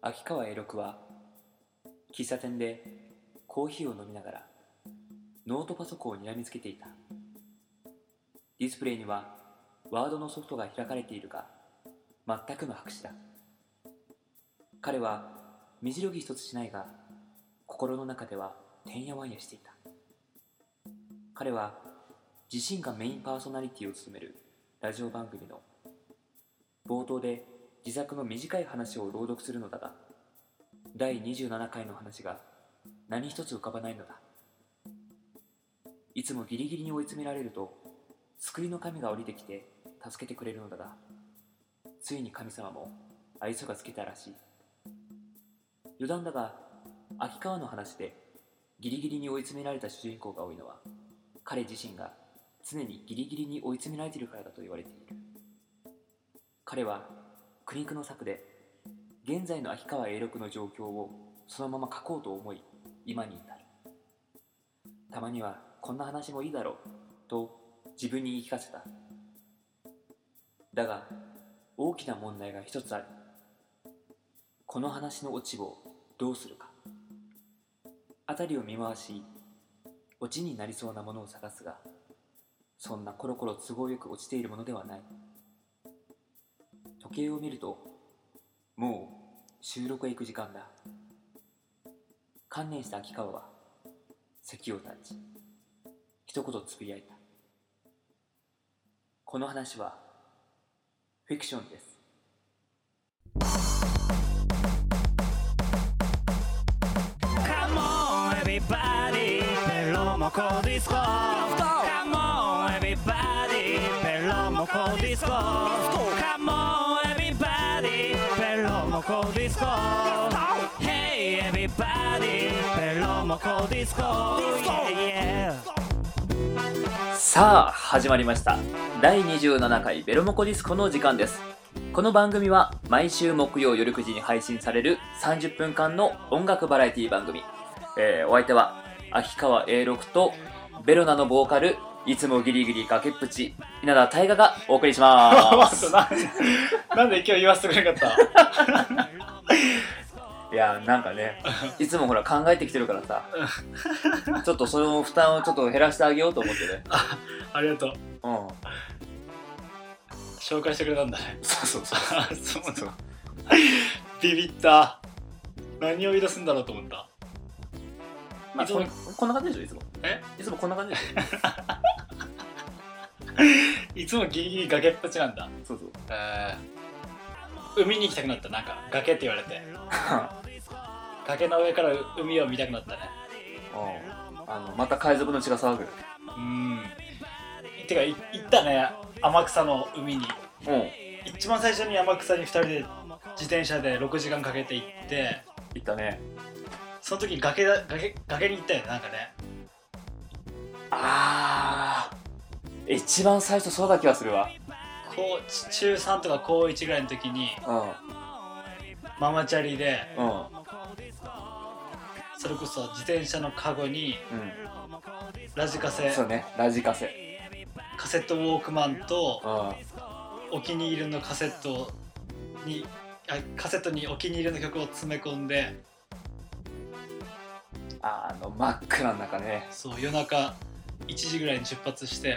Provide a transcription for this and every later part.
秋川栄六は喫茶店でコーヒーを飲みながらノートパソコンをにらみつけていた。ディスプレイにはワードのソフトが開かれているが全くの白紙だ。彼は身じろぎ一つしないが心の中ではてんやわんやしていた。彼は自身がメインパーソナリティを務めるラジオ番組の冒頭で自作の短い話を朗読するのだが、第27回の話が何一つ浮かばないのだ。いつもギリギリに追い詰められると救いの神が降りてきて助けてくれるのだが、ついに神様も愛想がつけたらしい。余談だが、秋川の話でギリギリに追い詰められた主人公が多いのは、彼自身が常にギリギリに追い詰められているからだと言われている。彼は苦肉の策で現在の秋川栄六の状況をそのまま書こうと思い、今に至る。たまにはこんな話もいいだろうと自分に言い聞かせた。だが大きな問題が一つある。この話のオチをどうするか。辺りを見回し、オチになりそうなものを探すが、そんなコロコロ都合よく落ちているものではない。時計を見るともう収録へ行く時間だ。観念した秋川は席を立ち一言つぶやいた。この話はフィクションです。 Come on everybody ペロモコディスコ Come on everybody ペロモコディスコ Come on everybody ペロモコディスコ Hey everybody ペロモコディスコ Yeah, yeah. さあ始まりました。第27回ベロモコディスコの時間です。この番組は毎週木曜夜9時に配信される30分間の音楽バラエティ番組。お相手は秋川栄六とベロナのボーカル、いつもギリギリ崖っぷち稲田大我がお送りします。 なんで今日言わせてくれなかったいやなんかね、いつもほら考えてきてるからさちょっとその負担をちょっと減らしてあげようと思ってね。 ありがとう。 うん、 紹介してくれたんだね。 そうそうビビった。何を言い出すんだろうと思った。 まあ、 いつもこんな感じでしょ。いつもこんな感じでしょいつもギリギリ崖っぷちなんだ。 そう海に行きたくなった。なんか崖って言われて崖の上から海を見たくなったね。 また海賊の血が騒ぐ。 てか行ったね、天草の海に。一番最初に天草に2人で自転車で6時間かけて行ったね。 その時崖に行ったよね。なんかね、 一番最初そうだ気がするわ。 中3とか高1ぐらいの時にママチャリで、それこそ自転車のカゴに、ラジカセ、 そうね、ラジカセ、 カセットウォークマンと、お気に入りのカセットにお気に入りの曲を詰め込んで、 真っ暗な中ね。 そう、夜中1時ぐらいに出発して、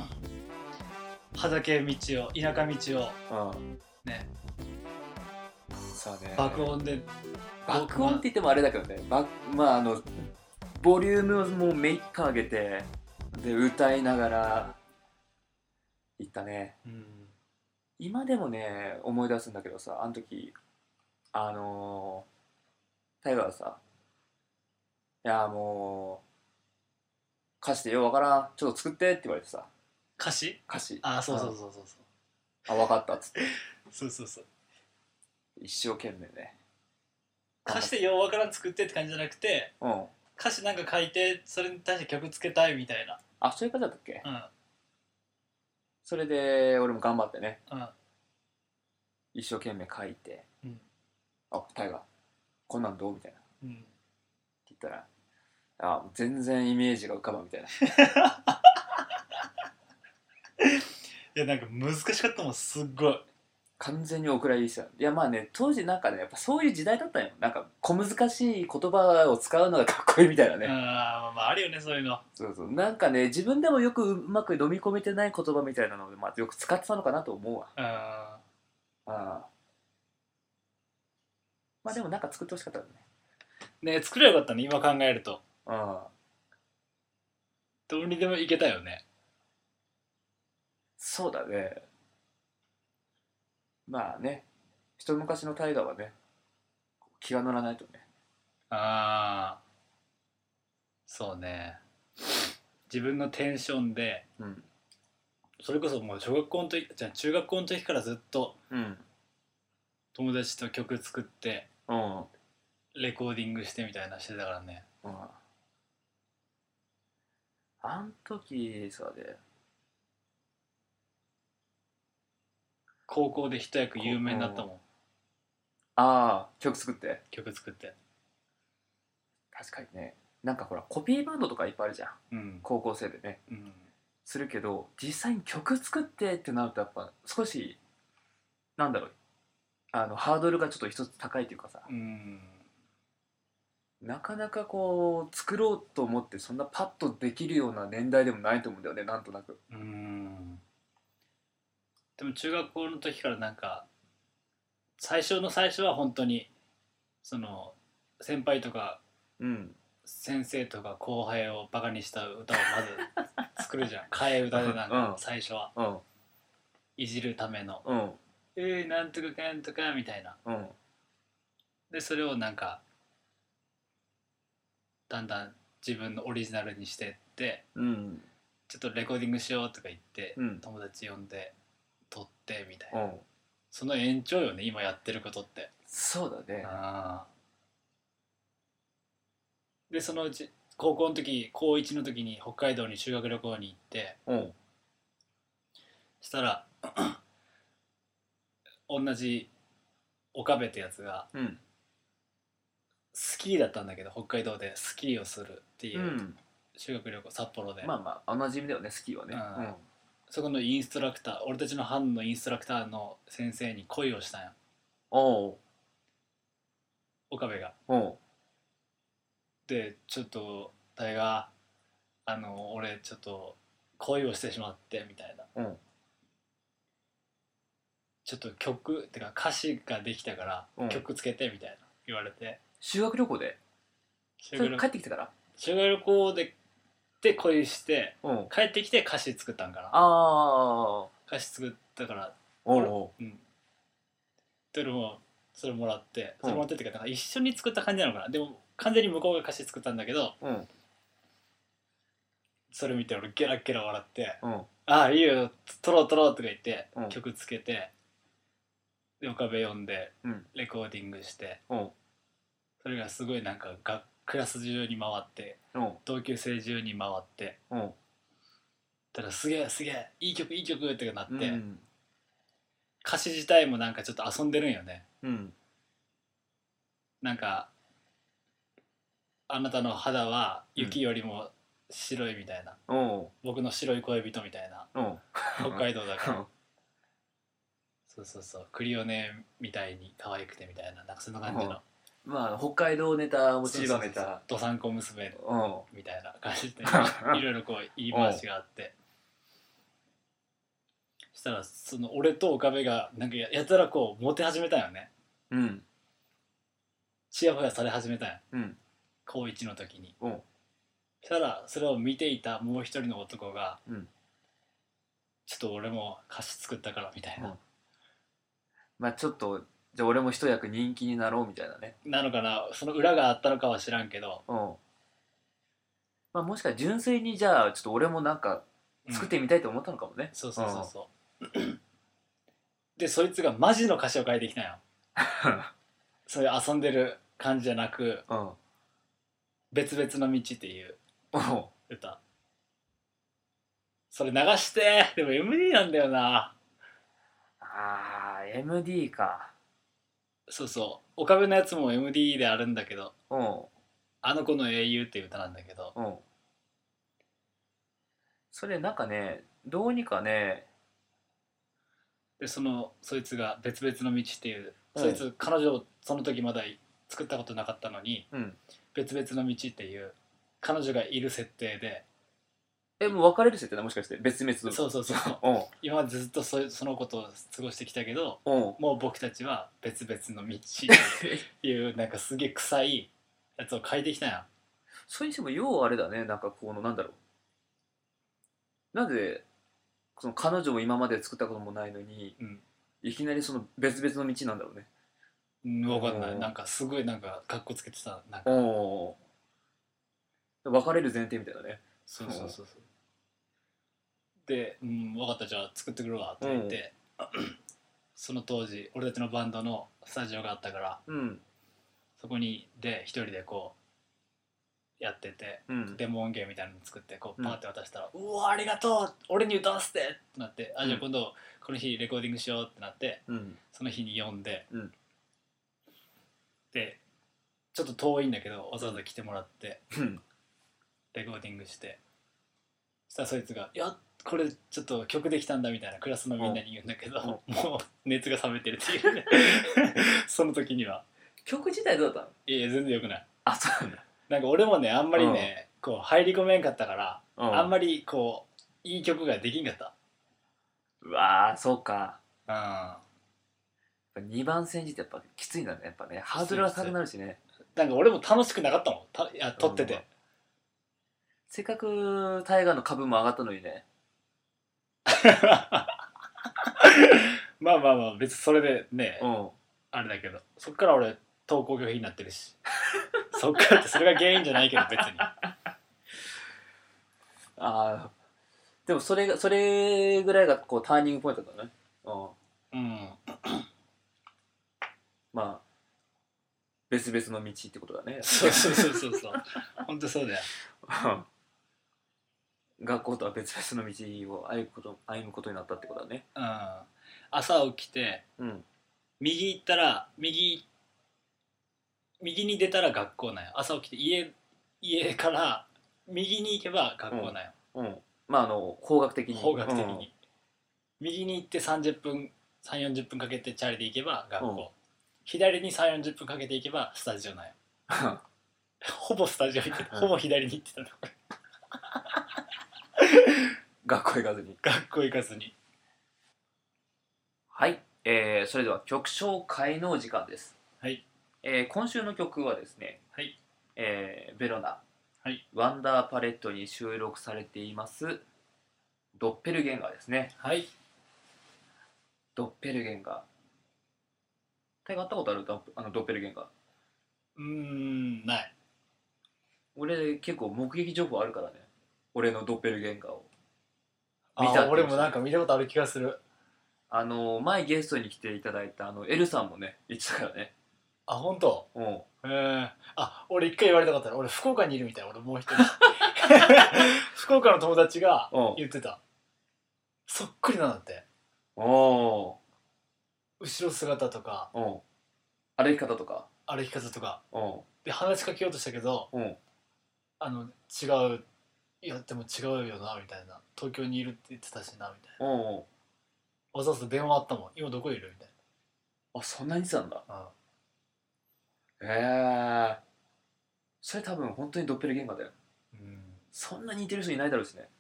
畑道を、田舎道を、ね、 そうね、 爆音で、 爆音って言ってもあれだけどね、ボリュームをもうめいっか上げてで歌いながら行ったね。今でもね思い出すんだけどさ、あの時タイガーがさ、いやもう歌詞でようわからん、ちょっと作ってって言われてさ。 歌詞そうそう分かったっつってそう一生懸命ね、 歌詞でようわからん作ってって感じじゃなくて、歌詞なんか書いてそれに対して曲つけたいみたいな。 そういう感じだったっけ。それで俺も頑張ってね、一生懸命書いて、タイガーこんなんどうみたいな、って言ったら、全然イメージが浮かばんみたいな。 いやなんか難しかったもん、すっごい。 完全にお蔵入りした。いやまあね、当時なんかね、やっぱそういう時代だったよ。なんか小難しい言葉を使うのがかっこいいみたいなね。 あまああるよねそういうの。 そうそう、なんかね、自分でもよくうまく飲み込めてない言葉みたいなので、まあ、よく使ってたのかなと思うわ。 あああ、まあでもなんか作ってほしかったよね。 ね作ればよかったね今考えると。 ああ、 どうにでもいけたよね。 そうだね。まあね、一昔の大河はね、気が乗らないとね。 ああそうね。自分のテンションでうん。 それこそもう小学校の時じゃあ中学校の時からずっとうん。 友達と曲作ってうん。 レコーディングしてみたいなしてたからね。 うん。あん時さで、 高校で一役有名になったもん。 ああ、曲作って。 曲作って。 確かにね。なんかほら、コピーバンドとかいっぱいあるじゃん。 うん高校生でね。 うんするけど、実際に曲作ってってなるとやっぱ少し、なんだろう、ハードルがちょっと一つ高いというかさ、 うんなかなかこう作ろうと思ってそんなパッとできるような年代でもないと思うんだよね、なんとなく。 うんでも中学校の時からなんか最初の最初は本当にその先輩とかうん。 先生とか後輩をバカにした歌をまず作るじゃん。替え歌でなんか最初はうん。 いじるためのうん。 なんとかかんとかみたいな。 うん。 でそれをなんかだんだん自分のオリジナルにしてってうん。 ちょっとレコーディングしようとか言ってうん。 友達呼んで撮ってみたいな。 うん。 その延長よね今やってることって。 そうだね。 あでそのうち高校の時高1の時に北海道に修学旅行に行ってうん。 したら同じ岡部ってやつがうん。 スキーだったんだけど北海道でスキーをするっていううん。 修学旅行札幌で、 まあまあ、同じ意味だよね、スキーはね。 うんそこのインストラクター俺たちの班のインストラクターの先生に恋をしたんやおう。 岡部が。 おう。 でちょっと大が俺ちょっと恋をしてしまってみたいな。 うん。 ちょっと曲ってか歌詞ができたからうん曲つけてみたいな言われて、 修学旅行でそれ修学帰ってきてから。 修学旅行で恋してうん。 帰ってきて歌詞作ったんかな。 ああ。 歌詞作ったからおうおうんでもそれもらってうんそれもらってっていうかなんか一緒に作った感じなのかな。でも完全に向こうが歌詞作ったんだけどう。うん。 それ見て俺ゲラゲラ笑ってうん。 ああいいよ撮ろう撮ろうとか言ってうん曲つけてで岡部呼んでうん。 レコーディングしてうん。 それがすごいなんかクラス中に回ってうん。 同級生中に回ってうん。 ただすげえすげえいい曲いい曲ってなって、 うん。 歌詞自体もなんかちょっと遊んでるんよね。 うん。 なんかあなたの肌は雪よりも白いみたいな、 うん。 僕の白い恋人みたいなうん。 北海道だからそうそうそうクリオネみたいに可愛くてみたいななんかそんな感じのまあ北海道ネタを散りばめそうそうそうた。 どさんこ娘うん。 みたいな感じでいろいろこう言い回しがあってそしたらその俺と岡部がなんかやたらこうモテ始めたんよね。 うん。 チヤホヤされ始めたんやうん。 高1の時に。 うん。 そしたらそれを見ていたもう一人の男が、 うんちょっと俺も歌詞作ったからみたいな、 うんまあちょっとじゃあ俺も一役人気になろうみたいなね。 なのかなその裏があったのかは知らんけど、 うん。まあもしかしたら純粋にじゃあちょっと俺もなんか作ってみたいと思ったのかもね。 そうそうそうそうでそいつがマジの歌詞を書いてきたんよそういう遊んでる感じじゃなくうん。 別々の道っていううん。 歌それ流してでも MD なんだよな。 あー MD か。 そうそう岡部のやつも MD であるんだけどうんあの子の英雄っていう歌なんだけどうん。それなんかねどうにかねでそいつが別々の道っていう、そいつ彼女をその時まだ作ったことなかったのに、別々の道っていう彼女がいる設定で、 もう別れる設定だ、もしかして別々の。 そう今までずっとそのことを過ごしてきたけど、もう僕たちは別々の道っていうなんかすげえ臭いやつを書いてきたやん。 それにしてもようあれだね、なんかこのなんだろう、なんでその彼女も今まで作ったこともないのに、いきなりその別々の道なんだろうね。 分かんない、なんかすごいなんかカッコつけてた、なんか別れる前提みたいなね。 そうで、分かった、じゃあ作ってくるわって言って、その当時俺たちのバンドのスタジオがあったから、そこに一人でこうやってて、デモ音源みたいなの作ってこうパーって渡したら、うわありがとう、俺に歌わせてってなって、じゃあ今度この日レコーディングしようってなって、その日に読んで、でちょっと遠いんだけどわざわざ来てもらって、レコーディングして、そしたらそいつが「いやこれちょっと曲できたんだ」みたいなクラスのみんなに言うんだけど、もう熱が冷めてるっていうねその時には。 曲自体どうだったの？ いや全然よくない。 あ、そうなんだ。 なんか俺もねあんまりね、こう入り込めんかったから、あんまりこういい曲ができんかった。 うわー、そうか。2番煎じってやっぱきついんだね、やっぱね。ハードルが高くなるしね。 なんか俺も楽しくなかったもん、撮ってて。 せっかくタイガーの株も上がったのにね。 まあ別にそれでね、あれだけど、そっから俺投稿拒否になってるしそっからってそれが原因じゃないけど別にでもそれぐらいがこうターニングポイントだね。まあ別々の道ってことだね。 そう本当そうだよ学校とは別々の道を歩むことになったってことだね。 朝起きて、右行ったら右に出たら学校なんよ。朝起きて家から右に行けば学校なんよ。 まあ方角的に右に行って30分3、40分かけてチャリで行けば学校、左に3、40分かけて行けばスタジオなんよほぼスタジオ行ってた、ほぼ左に行ってたの学校行かずに。はい、それでは曲紹介の時間です。 はい。 今週の曲はですね、 はい。 ベロナ、 ワンダーパレットに収録されていますドッペルゲンガーですね。 はい。 ドッペルゲンガー。タイガー会ったことある？ドッペルゲンガー。 ない。 俺結構目撃情報あるからね。俺のドッペルゲンガーを俺もなんか見たことある気がする。 前ゲストに来ていただいたエルさんもね言ってたからね。 本当？俺一回言われたかったら、俺福岡にいるみたいな。俺もう一人福岡の友達が言ってた。そっくりなんだって。後ろ姿とか歩き方とかで話しかけようとしたけど、違う、いやでも違うよなみたいな、東京にいるって言ってたしなみたいな。わざわざ電話あったもん、今どこいるみたいな。そんなに言ってたんだ。それ多分本当にドッペルゲンガーだよ。そんなに似てる人いないだろうしね。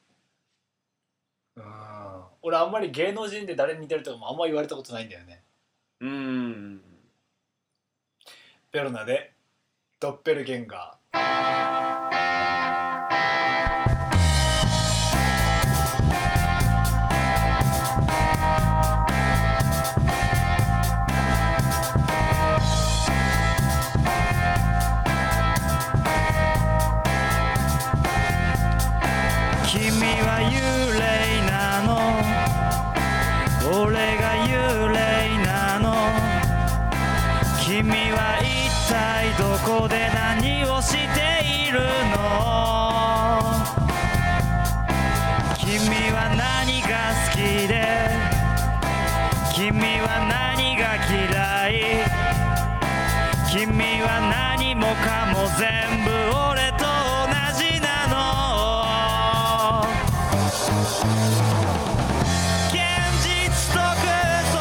俺あんまり芸能人で誰に似てるとかもあんま言われたことないんだよね。ベロナでドッペルゲンガー。 俺が幽霊なの。君は一体どこで何をしているの。君は何が好きで、君は何が嫌い。君は何もかも全部俺と同じなの。現実と空想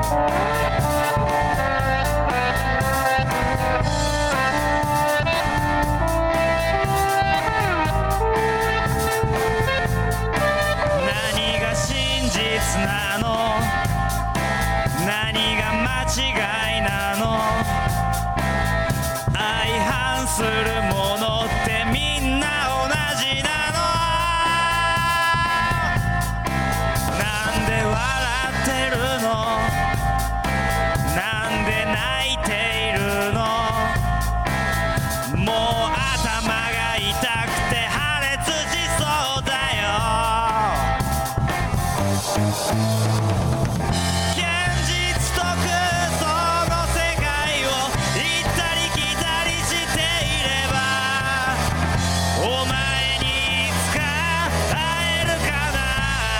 何が真実なの、何が間違いなの、相反するものってみんな同じなの。なんで笑ってるの、なんで泣いているの、もう頭が痛くて破裂しそうだよ。現実と空想の世界を行ったり来たりしていれば、お前にいつか会えるかな。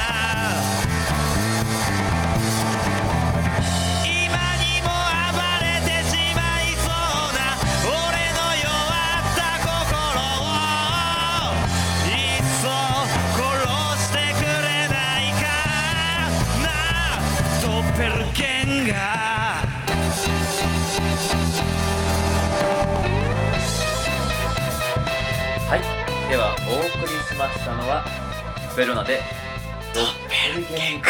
今にも暴れてしまいそうな俺の弱った心をいっそ殺してくれないかな、ドッペルゲンガー。 はい、ではお送りしましたのはベロナでドッペルゲンガー。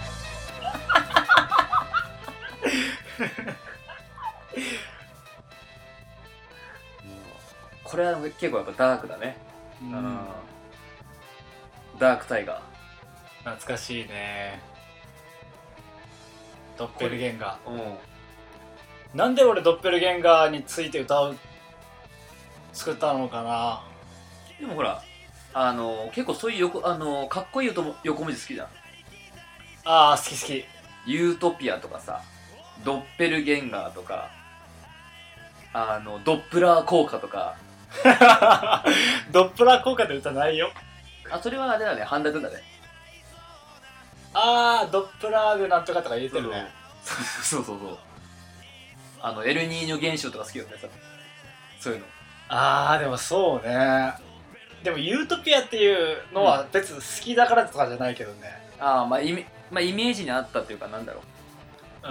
これは結構やっぱダークだね、ダークタイガ懐かしいね。ドッペルゲンガー。 ー。なんで俺ドッペルゲンガーについて歌う作ったのかな。 でもほら結構そういうかっこいい横文字好きじゃん。 ああ好き好き。 ユートピアとかさ、ドッペルゲンガーとかドップラー効果とか。 ドップラー効果で歌ないよ。 あ、それはあれだね、ハンダドゥンだね。 あードップラーグなんとかとか言ってるね。 そうそうそう。エルニーニョ現象とか好きよね、そういうの。 あーでもそうね。でもユートピアっていうのは別に好きだからとかじゃないけどね。 まあイメージにあったというか、なんだろう。 うん。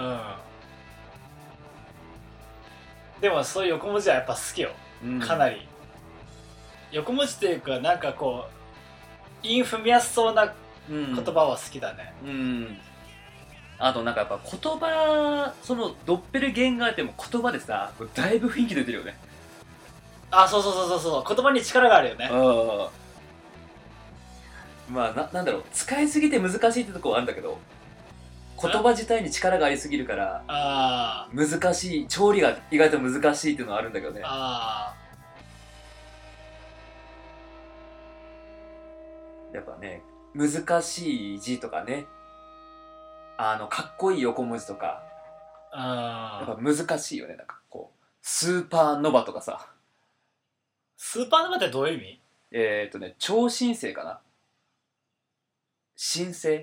でもそういう横文字はやっぱ好きよ、かなり。横文字っていうかなんかこう韻踏みやすそうな言葉は好きだね。 あとなんかやっぱ言葉、そのドッペルゲンガーっても言葉でさ、だいぶ雰囲気出てるよね。 あ、そうそうそうそう、言葉に力があるよね。 まあなんだろう、使いすぎて難しいってとこはあるんだけど、言葉自体に力がありすぎるから難しい、調理が意外と難しいっていうのはあるんだけどね。やっぱね、難しい字とかね、かっこいい横文字とか、やっぱ難しいよね。なんかこうスーパーノバとかさ。 スーパーノバってどういう意味？ 超新星かな。新星。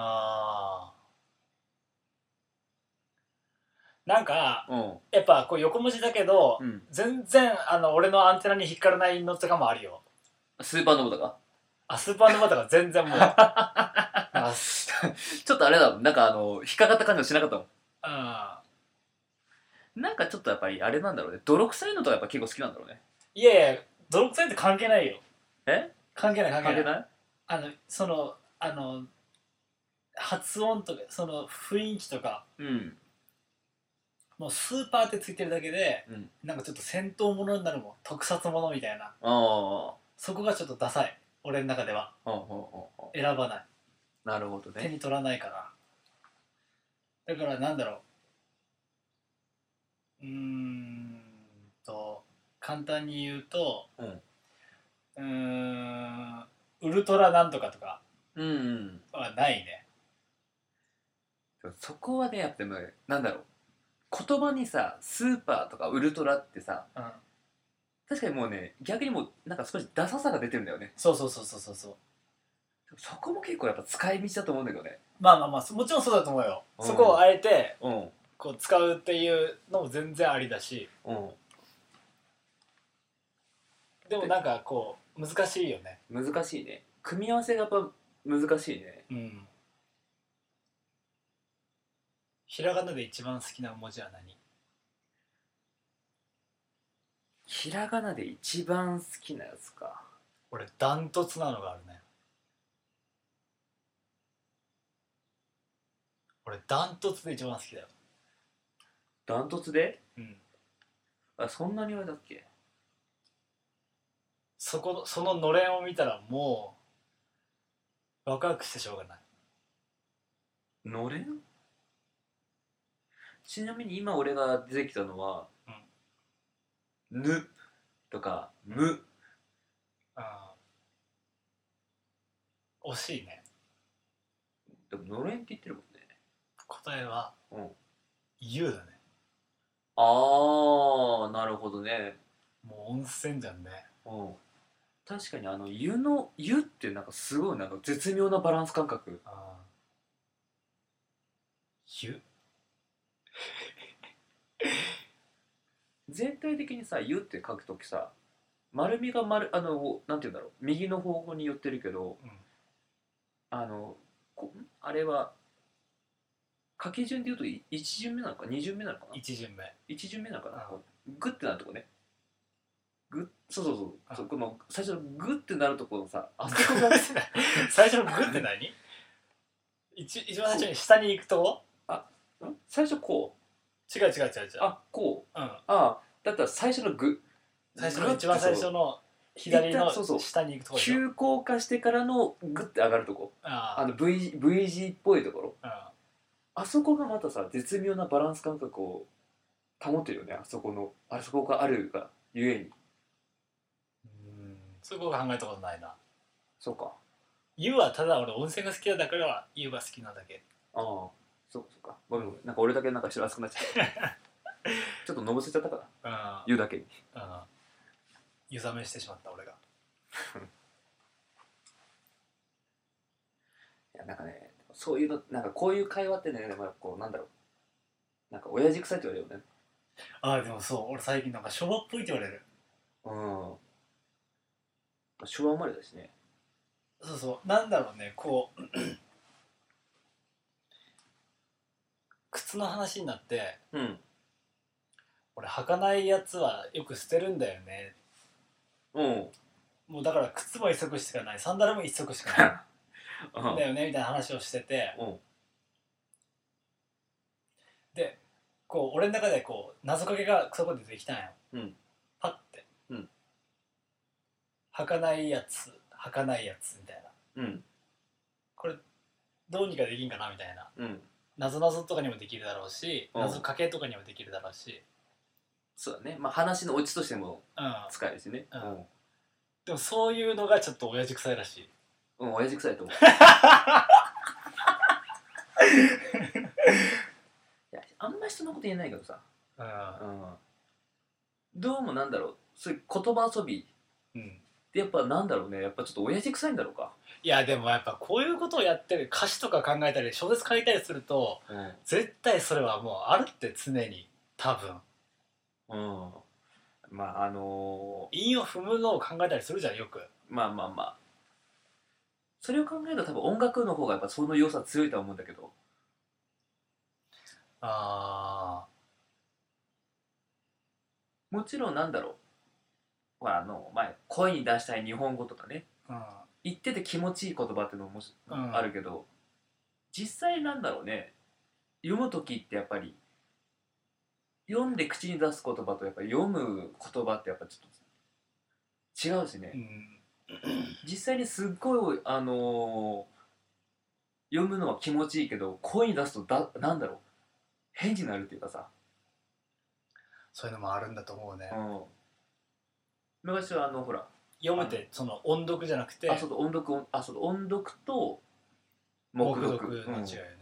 なんか、やっぱこう横文字だけど、全然俺のアンテナに引っかからないのとかもあるよ。 スーパーノバとか。 スーパーノバとか全然もうちょっとあれだもん、なんか引っかかった感じはしなかったもん。なんかちょっとやっぱりあれなんだろうね、泥臭いのとかやっぱ結構好きなんだろうね。 いやいや、泥臭いって関係ないよ。関係ない関係ない。 その発音とかその雰囲気とか、もうスーパーってついてるだけで、なんかちょっと戦闘ものになるもん、特撮ものみたいな。そこがちょっとダサい、俺の中では。選ばない。 なるほどね。 手に取らないから。だからなんだろう、簡単に言うと、ウルトラなんとかとかはないね。 そこはね、やっぱなんだろう、言葉にさ、スーパーとかウルトラってさ、確かにもうね、逆にもうなんか少しダサさが出てるんだよね。 そう。 そこも結構やっぱ使い道だと思うんだけどね。 まあもちろんそうだと思うよ。そこをあえてこう使うっていうのも全然ありだし、でもなんかこう難しいよね。 難しいね。組み合わせがやっぱ難しいね。 ひらがなで一番好きな文字は何？ ひらがなで一番好きなやつか。 俺ダントツなのがあるね。俺ダントツで一番好きだよ。 ダントツで？ うん。 あ、そんなにあれだっけ？ そののれんを見たらもうワクワクしてしょうがない。 のれん？ちなみに今俺が出てきたのは、ぬとかむ。 ああ、惜しいね。 でものれんって言ってるもんね。 答えはうん。 湯だね。 ああ、なるほどね。 もう温泉じゃんね。 うん。確かに湯ってなんかすごいなんか絶妙なバランス感覚。 ああ、湯全体的にさ湯って書くときさ、丸みがなんて言うんだろう、右の方向に寄ってるけど、 うん。 あれは書き順で言うと1巡目なのか2巡目なのかな。 一巡目。 1巡目なのかな。 うんグッてなるとこね。そうそうそうあそう、この最初のグッてなるところのさ、あそこが最初のグって何？一番最初に下に行くと最初こう、 違う。 こう、 うん。 だったら最初のグ、 最初の一番最初の左のそうそう下に行くところでしょ。 急降下してからのグッて上がるとこ、 あ V 字っぽいところ、 あ、 あそこがまたさ絶妙なバランス感覚を保ってるよね。あそこがあるがゆえに。 そういうこと考えたことないな。 そうか。 湯はただ俺温泉が好きだから湯が好きなだけ。 ああ、そうか。ごめん。なんか俺だけなんか知らなくなっちゃったちょっとのぼせちゃったかな、湯だけに。 湯冷めしてしまった俺が。 いやなんかね、そういうのなんかこういう会話ってね、こうなんだろう、なんか親父臭いって言われるよね。 ああ、でもそう、俺最近なんか昭和っぽいって言われる。 うん。昭和生まれだしね。 そうそう、なんだろうね、こう靴の話になって、 うん。 俺履かないやつはよく捨てるんだよね。 うん。 もうだから靴も一足しかない、サンダルも一足しかないだよねみたいな話をしてて、 うん。 でこう俺の中でこう謎かけがそこでできたんよ。 うん。 パッて、 うん。 履かないやつ履かないやつみたいな、 うん。 これどうにかできんかなみたいな、 うん。 謎々とかにもできるだろうし、 うん謎かけとかにもできるだろうし、 そうだね。まあ話のオチとしてもうん使えるしね。 うんうん。 でもそういうのがちょっと親父臭いらしい。 うん、親父臭いと思う。いや、あんま人のこと言えないけどさ。 うんうん。どうもなんだろう、そういう言葉遊びうん、 でやっぱなんだろうね、やっぱちょっと親父臭いんだろうか。 いやでもやっぱこういうことをやってる歌詞とか考えたり小説書いたりすると絶対それはもうあるって常に多分。 うん。うん。まあ韻を踏むのを考えたりするじゃんよく。 まあそれを考えると多分音楽の方がやっぱその良さ強いとは思うんだけど。 あもちろんなんだろう、ほら前声に出したい日本語とかね、 あ、 言ってて気持ちいい言葉っていうのもあるけど、実際なんだろうね、読む時ってやっぱり読んで口に出す言葉とやっぱり読む言葉ってやっぱちょっと違うしね、実際にすっごい読むのは気持ちいいけど声に出すとなんだろう、変になるっていうかさ、 そういうのもあるんだと思うね。 昔はほら読むってその音読じゃなくて音読と黙黙読読の違いよね。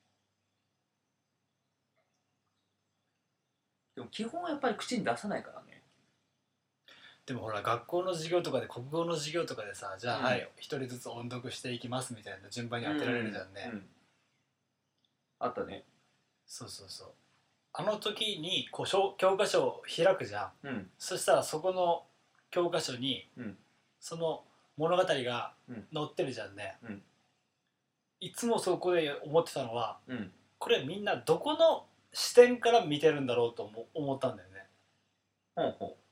でも基本はやっぱり口に出さないからね。 でもほら学校の授業とかで国語の授業とかでさ、じゃあ、はい一人ずつ音読していきますみたいな順番に当てられるじゃんね、 あったね。 そうそうそう。あの時にこう教科書を開くじゃん、そしたらそこの教科書に、その物語が載ってるじゃんね、いつもそこで思ってたのは、 これみんなどこの視点から見てるんだろうと思ったんだよね。 ほうほ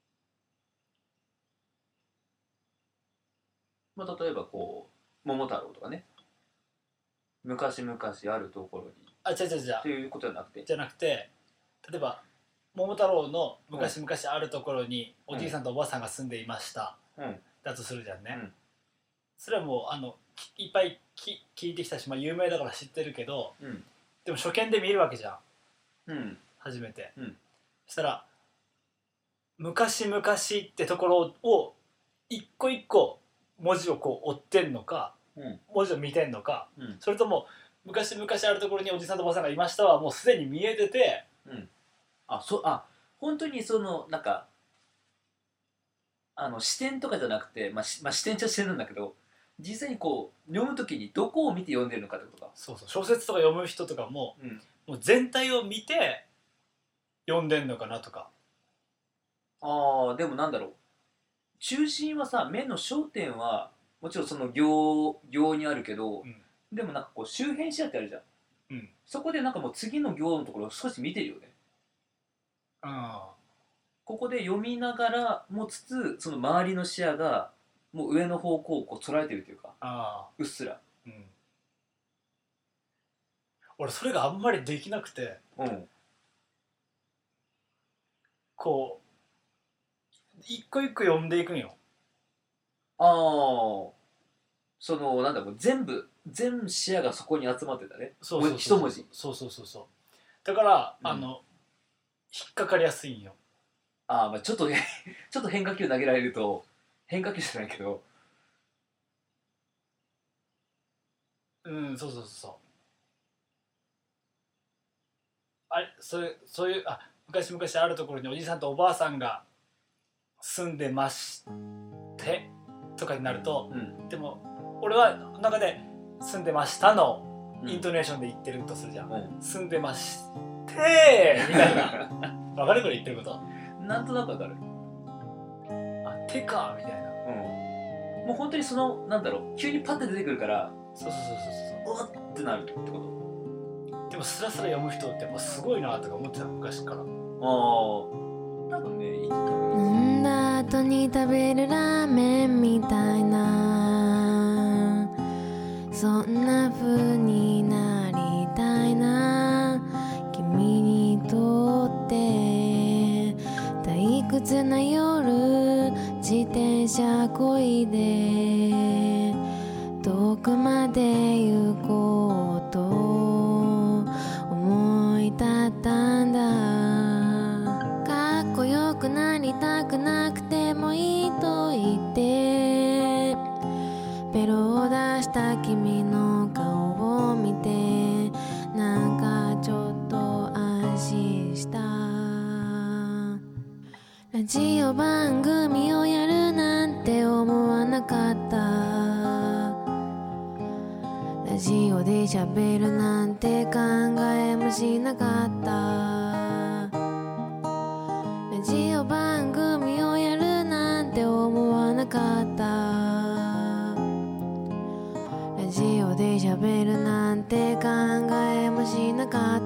う。まあ、例えばこう桃太郎とかね、昔々あるところにっていうことじゃなくて、 例えば桃太郎の昔々あるところにおじいさんとおばあさんが住んでいました、だとするじゃんね、それはもういっぱい聞いてきたし、まあ、有名だから知ってるけど、でも初見で見るわけじゃん、初めて、そしたら昔々ってところを一個一個文字をこう追ってんのか、文字を見てんのか、それとも昔々あるところにおじさんとおばさんがいましたはもうすでに見えてて、 本当にそのなんか視点とかじゃなくて、視点っちゃ視点なんだけど、実際にこう読むときにどこを見て読んでるのかってことか。 そう小説とか読む人とかも、もう全体を見て読んでんのかなとか。 でもなんだろう、中心はさ、目の焦点はもちろんその行にあるけど、でもなんかこう周辺視野ってあるじゃん、そこでなんかもう次の行のところを少し見てるよね。ここで読みながら持つつ、その周りの視野がもう上の方向をこう捉えてるというか、うっすら、 俺それがあんまりできなくて、こう一個一個読んでいくんよ。 そのなんだろう、全視野がそこに集まってたね。一文字。 そうだから、引っかかりやすいんよ。 まあちょっと変化球投げられると、変化球じゃないけど、 そうあれ、そういう昔々あるところにおじさんとおばあさんが住んでましてとかになると、でも俺は中で住んでましたのイントネーションで言ってるとするじゃん、住んでましてみたいなわかるこれ言ってること。 なんとなくわかる。 てかみたいな、 もう本当にそのなんだろう、急にパッて出てくるから、 そうおってなるってこと。 でもスラスラ読む人ってやっぱすごいなとか思ってた昔から。 多分ね、 飲んだ後に食べるラーメンみたいな、そんな風になりたいな、君にとって退屈な夜自転車こいで遠くまで行こうと思い立ったんだ。かっこよくなりたくなくてもいいと言ってベロを出した君の顔を見てなんかちょっと安心した。ラジオ番組をやるなんて思わなかった。ラジオで喋るなんて考えもしなかった。ラジオ番組をやるなんて思わなかった。ラジオで喋るなんて考えもしなかっ